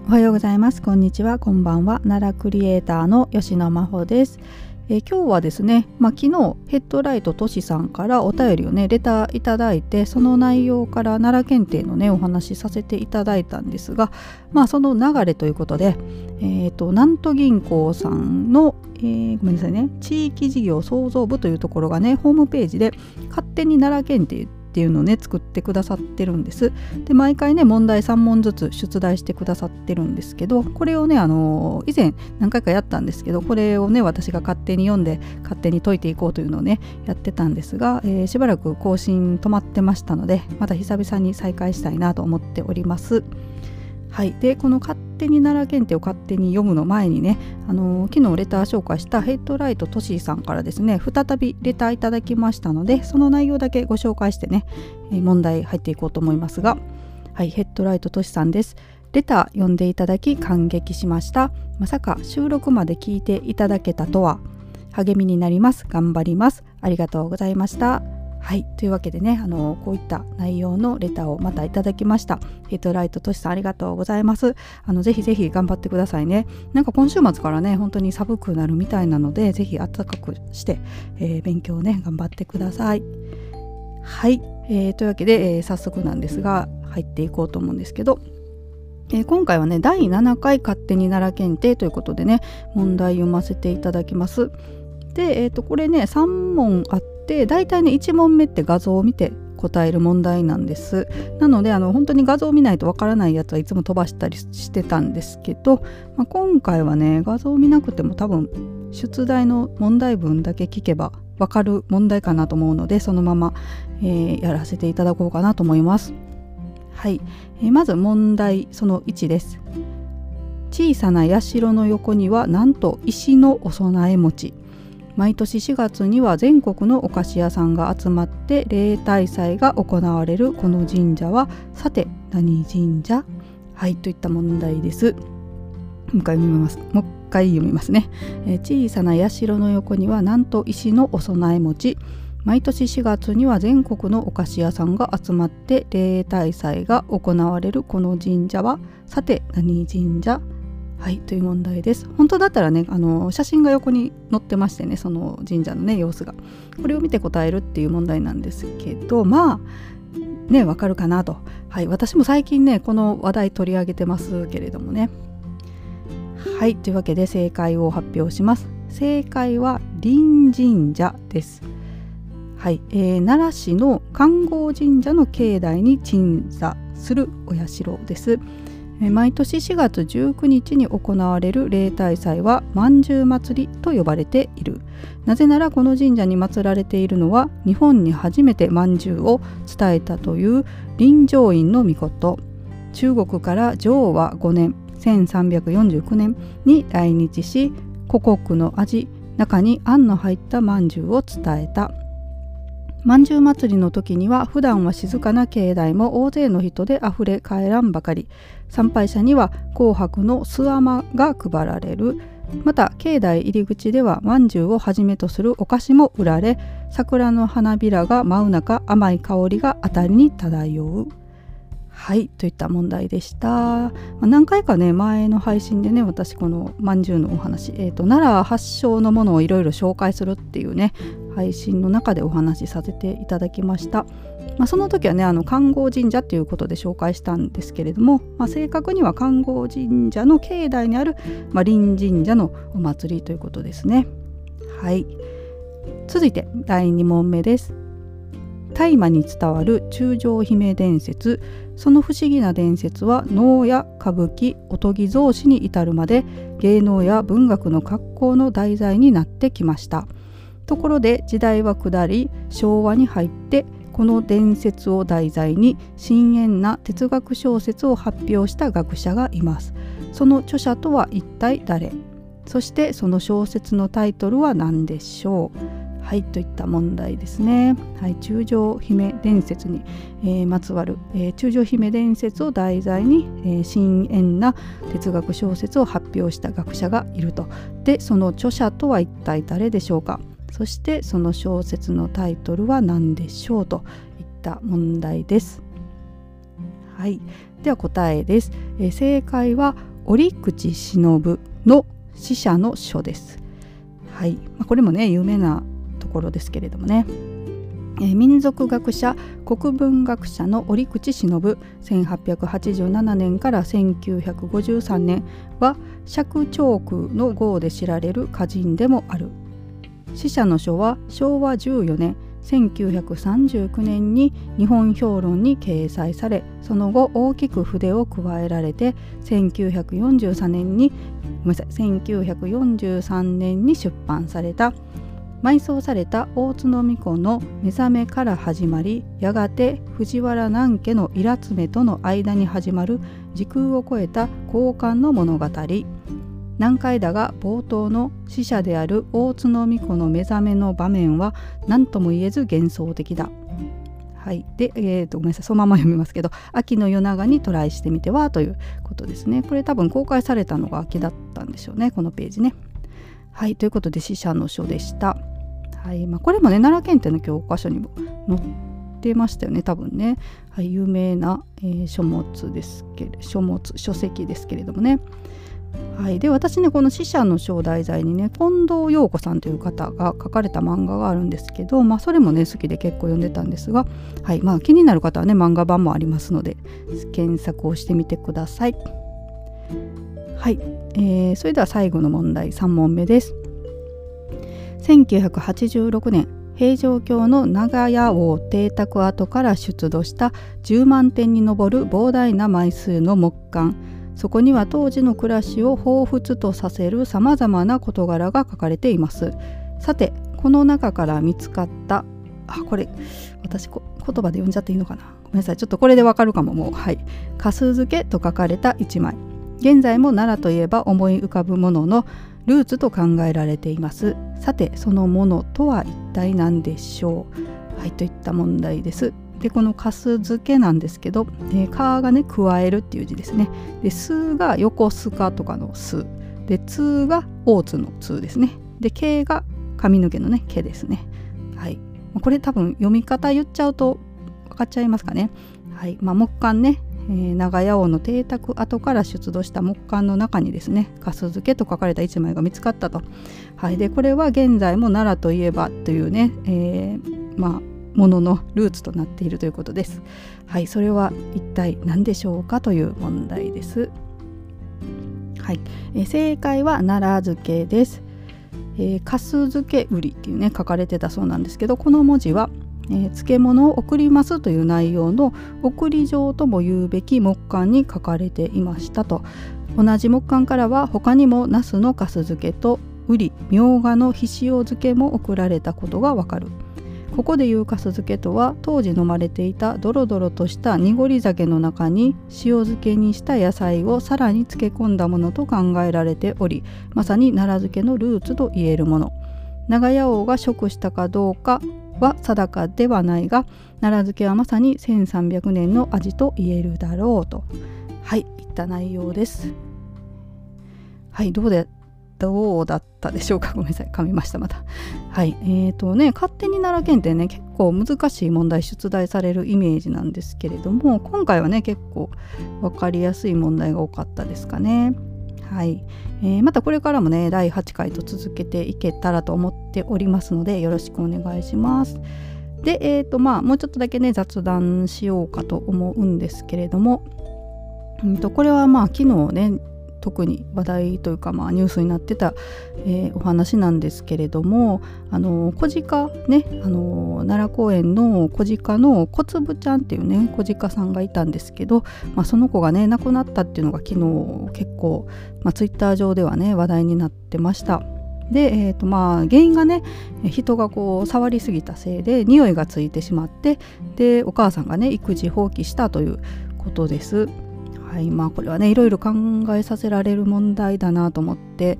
おはようございます。こんにちは、こんばんは。奈良クリエイターの吉野真帆です。今日はですね、昨日ヘッドライトとしさんからお便りをねレターいただいて、その内容から奈良検定のねお話しさせていただいたんですが、その流れということで、南都銀行さんの、ごめんなさいね、地域事業創造部というところがねホームページで勝手に奈良検定っていうのをね作ってくださってるんです。で毎回ね問題3問ずつ出題してくださってるんですけど、これをね以前何回かやったんですけど、これをね私が勝手に読んで勝手に解いていこうというのをねやってたんですが、しばらく更新止まってましたので、また久々に再開したいなと思っております。はい、でこの勝手に奈良検定を勝手に読むの前にね、昨日レター紹介したヘッドライトとしさんからですね再びレターいただきましたので、その内容だけご紹介してね、問題入っていこうと思いますが、はい、ヘッドライトとしさんです。レター読んでいただき感激しました。まさか収録まで聞いていただけたとは。励みになります。頑張ります。ありがとうございました。はい、というわけでね、こういった内容のレターをまたいただきました。ヘッドライトとしさんありがとうございます。ぜひぜひ頑張ってくださいね。なんか今週末からね本当に寒くなるみたいなので、ぜひ暖かくして、勉強をね頑張ってください。はい、というわけで、早速なんですが入っていこうと思うんですけど、今回はね第7回勝手に奈良検定ということでね問題読ませていただきます。で、これね3問あって、だいたいね1問目って画像を見て答える問題なんです。なので本当に画像を見ないとわからないやつはいつも飛ばしたりしてたんですけど、今回はね画像を見なくても多分出題の問題文だけ聞けばわかる問題かなと思うので、そのまま、やらせていただこうかなと思います。はい、まず問題その1です。小さな社の横にはなんと石のお供え餅。毎年4月には全国のお菓子屋さんが集まって例大祭が行われるこの神社はさて何神社？はい、といった問題です。もう一回読みますね。小さな社の横にはなんと石のお供え餅。毎年4月には全国のお菓子屋さんが集まって例大祭が行われるこの神社はさて何神社？はい、という問題です。本当だったらね写真が横に載ってましてね、その神社のね様子が、これを見て答えるっていう問題なんですけど、わかるかなと。はい、私も最近ねこの話題取り上げてますけれどもね。はい、というわけで正解を発表します。正解は臨神社です。はい、奈良市の観剛神社の境内に鎮座するお社です。毎年4月19日に行われる例大祭はまんじゅう祭りと呼ばれている。なぜならこの神社に祀られているのは日本に初めてまんじゅうを伝えたという臨浄院の命。中国から昭和5年1349年に来日し、故国の味、中にあんの入ったまんじゅうを伝えた。まんじゅう祭りの時には普段は静かな境内も大勢の人であふれ返らんばかり。参拝者には紅白の巣甘が配られる。また境内入り口ではまんじゅうをはじめとするお菓子も売られ、桜の花びらが舞う中甘い香りが辺りに漂う。はい、といった問題でした。何回かね前の配信でね私このまんじゅうのお話、奈良発祥のものをいろいろ紹介するっていうね配信の中でお話しさせていただきました。その時はね観剛神社っていうことで紹介したんですけれども、正確には観剛神社の境内にある、臨神社のお祭りということですね。はい、続いて第2問目です。大麻に伝わる中将姫伝説。その不思議な伝説は能や歌舞伎、おとぎ草子に至るまで芸能や文学の格好の題材になってきました。ところで時代は下り昭和に入ってこの伝説を題材に深遠な哲学小説を発表した学者がいます。その著者とは一体誰？そしてその小説のタイトルは何でしょう？はい、といった問題ですね。はい、中将姫伝説に、まつわる、中将姫伝説を題材に、深遠な哲学小説を発表した学者がいると。で、その著者とは一体誰でしょうか。そしてその小説のタイトルは何でしょうといった問題です。はい、では答えです。正解は折口忍の死者の書です。はい、これもね有名なところですけれどもね、民族学者国文学者の折口忍1887年から1953年は釈長空の号で知られる歌人でもある。死者の書は昭和14年1939年に日本評論に掲載され、その後大きく筆を加えられて1943年に出版された。埋葬された大津の巫女の目覚めから始まり、やがて藤原南家のイラツメとの間に始まる時空を超えた交換の物語。難解だが冒頭の死者である大津の巫女の目覚めの場面は何とも言えず幻想的だ。はい、で、ごめんなさい、そのまま読みますけど、秋の夜長にトライしてみてはということですね。これ多分公開されたのが秋だったんでしょうね、このページね。はい、ということで死者の書でした。はい、これもね奈良県警の教科書にも載ってましたよね、多分ね。はい、有名な、書籍ですけれどもね。はい、で私ねこの死者の書を題材にね近藤陽子さんという方が書かれた漫画があるんですけど、それもね好きで結構読んでたんですが、はい、気になる方はね漫画版もありますので検索をしてみてください。はい、それでは最後の問題3問目です。1986年平城京の長屋王邸宅跡から出土した10万点に上る膨大な枚数の木簡。そこには当時の暮らしを彷彿とさせるさまざまな事柄が書かれています。さてこの中から見つかったこれ私言葉で読んじゃっていいのかな、ごめんなさい、ちょっとこれでわかるかも。もうはいかす漬けと書かれた1枚、現在も奈良といえば思い浮かぶもののルーツと考えられています。さてそのものとは一体何でしょう。はい、といった問題です。でこのかす漬けなんですけど、かがね加えるっていう字ですね。ですが横須賀とかのすで、つが大津のつですね。でけが髪の毛のねけですね。はい、これ多分読み方言っちゃうと分かっちゃいますかね。はい、木簡ね、長屋王の邸宅跡から出土した木簡の中にですねかす漬けと書かれた1枚が見つかったと。はい、でこれは現在も奈良といえばというね、もののルーツとなっているということです。はい、それは一体何でしょうかという問題です。はい、正解は奈良漬けです。かす漬け売りっていうね書かれてたそうなんですけど、この文字は、漬物を送りますという内容の送り状とも言うべき木簡に書かれていましたと。同じ木簡からは他にもナスのかす漬けとウリ、みょうがのひしお漬けも送られたことがわかる。ここでいうかす漬けとは当時飲まれていたドロドロとした濁り酒の中に塩漬けにした野菜をさらに漬け込んだものと考えられており、まさに奈良漬けのルーツと言えるもの。長屋王が食したかどうかは定かではないが、奈良漬けはまさに1300年の味と言えるだろうと、はいいった内容です。はい、どうだったでしょうか。ごめんなさい、噛みましたまた。はい、勝手に奈良県ってね結構難しい問題出題されるイメージなんですけれども、今回はね結構分かりやすい問題が多かったですかね。はい、またこれからもね第8回と続けていけたらと思っておりますのでよろしくお願いします。でもうちょっとだけね雑談しようかと思うんですけれども、これは昨日ね特に話題というか、ニュースになってた、お話なんですけれども、小鹿ね、奈良公園の小鹿の小粒ちゃんっていうね小鹿さんがいたんですけど、その子がね亡くなったっていうのが昨日結構、ツイッター上ではね話題になってました。で、原因がね人がこう触りすぎたせいで匂いがついてしまって、でお母さんがね育児放棄したということです。はい、これはねいろいろ考えさせられる問題だなと思って、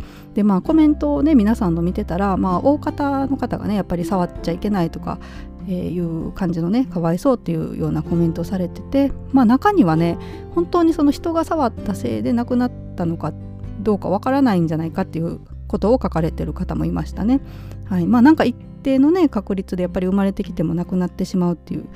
でコメントをね皆さんの見てたら、大方の方がねやっぱり触っちゃいけないとか、いう感じのねかわいそうっていうようなコメントをされてて、中にはね本当にその人が触ったせいで亡くなったのかどうかわからないんじゃないかっていうことを書かれてる方もいましたね。はい、なんか一定のね確率でやっぱり生まれてきても亡くなってしまうっていう、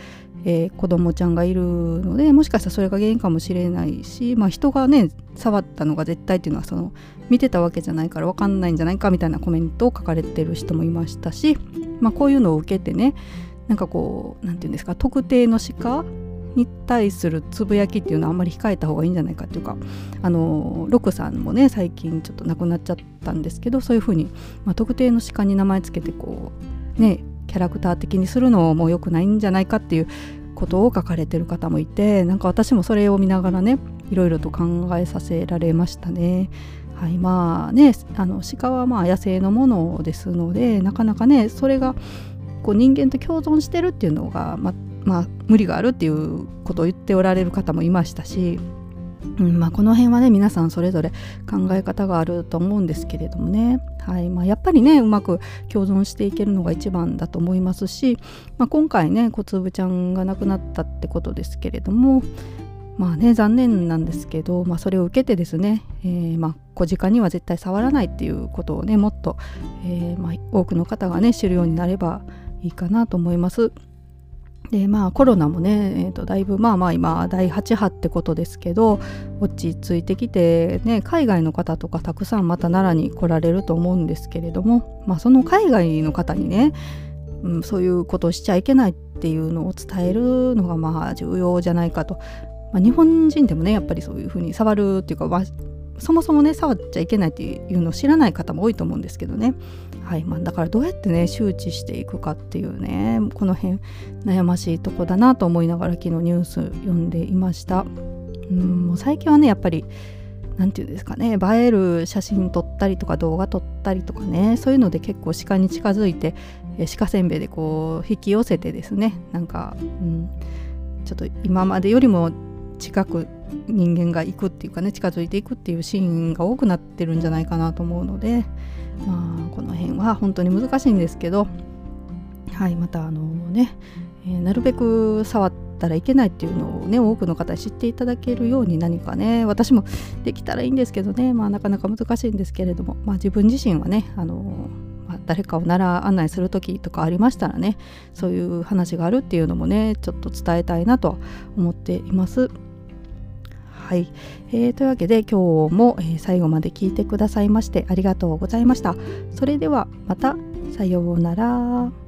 子供ちゃんがいるので、もしかしたらそれが原因かもしれないし、人がね触ったのが絶対っていうのは見てたわけじゃないから分かんないんじゃないかみたいなコメントを書かれてる人もいましたし、こういうのを受けてね、なんかこうなんていうんですか、特定の鹿に対するつぶやきっていうのはあんまり控えた方がいいんじゃないかっていうか、ロクさんもね最近ちょっと亡くなっちゃったんですけど、そういうふうに、特定の鹿に名前つけてこうねキャラクター的にするのも良くないんじゃないかっていうことを書かれてる方もいて、なんか私もそれを見ながらねいろいろと考えさせられましたね。はい、鹿は野生のものですので、なかなかねそれがこう人間と共存してるっていうのが無理があるっていうことを言っておられる方もいましたし、この辺はね皆さんそれぞれ考え方があると思うんですけれどもね、はいやっぱりねうまく共存していけるのが一番だと思いますし、今回ね小粒ちゃんが亡くなったってことですけれども、残念なんですけど、それを受けてですね、小鹿には絶対触らないっていうことをねもっと、多くの方がね知るようになればいいかなと思います。でコロナもね、だいぶ今第8波ってことですけど落ち着いてきて、ね、海外の方とかたくさんまた奈良に来られると思うんですけれども、その海外の方にね、そういうことをしちゃいけないっていうのを伝えるのが重要じゃないかと、日本人でもねやっぱりそういうふうに触るっていうか、そもそもね触っちゃいけないっていうのを知らない方も多いと思うんですけどね、はいだからどうやってね周知していくかっていうね、この辺悩ましいとこだなと思いながら昨日ニュース読んでいました。もう最近はねやっぱりなんていうんですかね、映える写真撮ったりとか動画撮ったりとかね、そういうので結構鹿に近づいて鹿せんべいでこう引き寄せてですね、なんか、ちょっと今までよりも近く人間が行くっていうかね、近づいていくっていうシーンが多くなってるんじゃないかなと思うので、この辺は本当に難しいんですけど、またなるべく触ったらいけないっていうのをね多くの方に知っていただけるように何かね私もできたらいいんですけどね、なかなか難しいんですけれども、自分自身はね誰かを奈良案内する時とかありましたらね、そういう話があるっていうのもねちょっと伝えたいなと思っています。はい、というわけで今日も、最後まで聞いてくださいましてありがとうございました。それではまた、さようなら。